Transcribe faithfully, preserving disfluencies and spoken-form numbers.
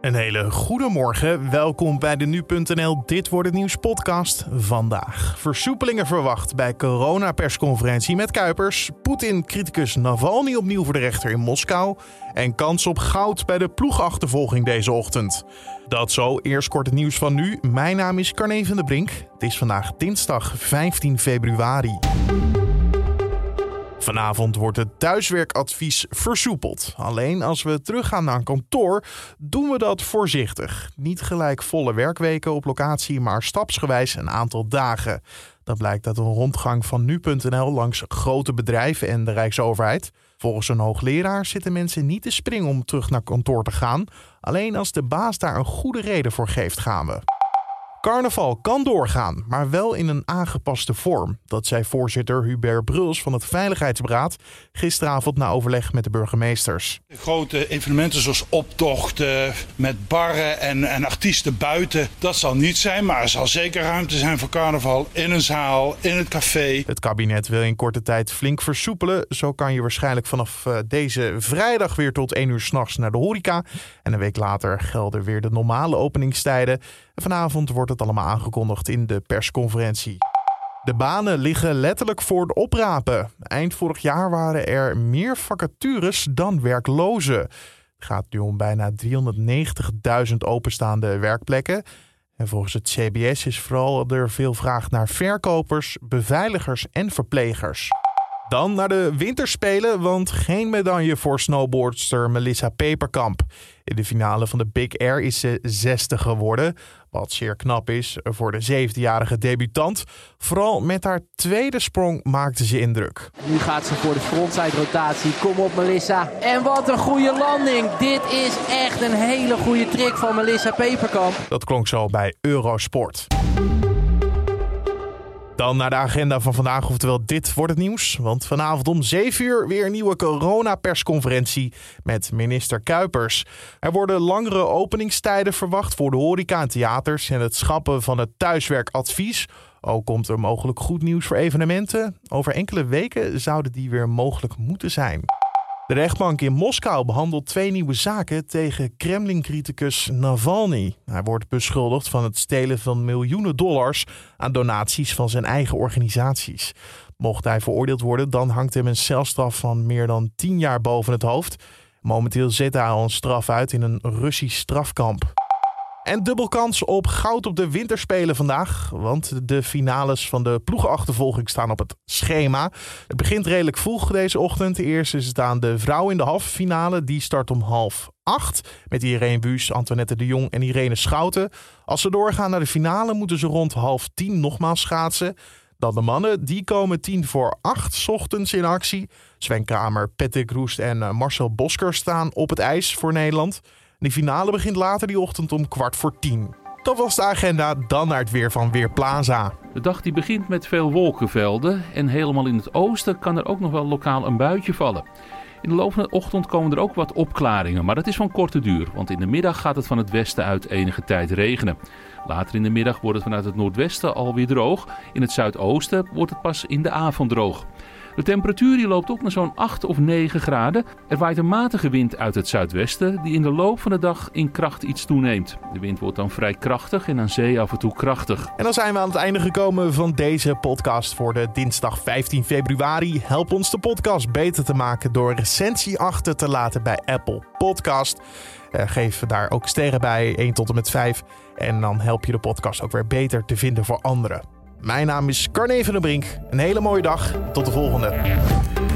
Een hele goede morgen. Welkom bij de nu punt n l Dit wordt het nieuws podcast. Vandaag versoepelingen verwacht bij coronapersconferentie met Kuipers. Poetin-criticus Navalny opnieuw voor de rechter in Moskou. En kans op goud bij de ploegachtervolging deze ochtend. Dat zo, eerst kort het nieuws van nu. Mijn naam is Carne van der Brink. Het is vandaag dinsdag vijftien februari. Vanavond wordt het thuiswerkadvies versoepeld. Alleen als we teruggaan naar een kantoor, doen we dat voorzichtig. Niet gelijk volle werkweken op locatie, maar stapsgewijs een aantal dagen. Dat blijkt uit een rondgang van nu punt n l langs grote bedrijven en de Rijksoverheid. Volgens een hoogleraar zitten mensen niet te springen om terug naar kantoor te gaan. Alleen als de baas daar een goede reden voor geeft, gaan we. Carnaval kan doorgaan, maar wel in een aangepaste vorm. Dat zei voorzitter Hubert Bruls van het Veiligheidsberaad gisteravond na overleg met de burgemeesters. Grote evenementen zoals optochten met barren en, en artiesten buiten, dat zal niet zijn. Maar er zal zeker ruimte zijn voor carnaval in een zaal, in het café. Het kabinet wil in korte tijd flink versoepelen. Zo kan je waarschijnlijk vanaf uh, deze vrijdag weer tot één uur 's nachts naar de horeca. En een week later gelden weer de normale openingstijden. En vanavond wordt het allemaal aangekondigd in de persconferentie. De banen liggen letterlijk voor het oprapen. Eind vorig jaar waren er meer vacatures dan werklozen. Het gaat nu om bijna driehonderdnegentigduizend openstaande werkplekken. En volgens het C B S is vooral er veel vraag naar verkopers, beveiligers en verplegers. Dan naar de winterspelen, want geen medaille voor snowboardster Melissa Peperkamp. In de finale van de Big Air is ze zesde geworden, wat zeer knap is voor de zeventienjarige debutant. Vooral met haar tweede sprong maakte ze indruk. Nu gaat ze voor de frontside rotatie. Kom op Melissa. En wat een goede landing. Dit is echt een hele goede trick van Melissa Peperkamp. Dat klonk zo bij Eurosport. Dan naar de agenda van vandaag, oftewel dit wordt het nieuws. Want vanavond om zeven uur weer een nieuwe coronapersconferentie met minister Kuipers. Er worden langere openingstijden verwacht voor de horeca en theaters en het schrappen van het thuiswerkadvies. Ook komt er mogelijk goed nieuws voor evenementen. Over enkele weken zouden die weer mogelijk moeten zijn. De rechtbank in Moskou behandelt twee nieuwe zaken tegen Kremlin-criticus Navalny. Hij wordt beschuldigd van het stelen van miljoenen dollars aan donaties van zijn eigen organisaties. Mocht hij veroordeeld worden, dan hangt hem een celstraf van meer dan tien jaar boven het hoofd. Momenteel zit hij al een straf uit in een Russisch strafkamp. En dubbel kans op goud op de winterspelen vandaag. Want de finales van de ploegenachtervolging staan op het schema. Het begint redelijk vroeg deze ochtend. Eerst is het aan de vrouw in de halve finale. Die start om half acht. Met Irene Buus, Antoinette de Jong en Irene Schouten. Als ze doorgaan naar de finale moeten ze rond half tien nogmaals schaatsen. Dan de mannen, die komen tien voor acht 's ochtends in actie. Sven Kramer, Patrick Roest en Marcel Bosker staan op het ijs voor Nederland. De finale begint later die ochtend om kwart voor tien. Dat was de agenda, dan naar het weer van Weerplaza. De dag die begint met veel wolkenvelden en helemaal in het oosten kan er ook nog wel lokaal een buitje vallen. In de loop van de ochtend komen er ook wat opklaringen, maar dat is van korte duur, want in de middag gaat het van het westen uit enige tijd regenen. Later in de middag wordt het vanuit het noordwesten alweer droog. In het zuidoosten wordt het pas in de avond droog. De temperatuur die loopt op naar zo'n acht of negen graden. Er waait een matige wind uit het zuidwesten die in de loop van de dag in kracht iets toeneemt. De wind wordt dan vrij krachtig en aan zee af en toe krachtig. En dan zijn we aan het einde gekomen van deze podcast voor de dinsdag vijftien februari. Help ons de podcast beter te maken door een recensie achter te laten bij Apple Podcast. Uh, geef daar ook sterren bij, één tot en met vijf. En dan help je de podcast ook weer beter te vinden voor anderen. Mijn naam is Carne van der Brink. Een hele mooie dag. Tot de volgende.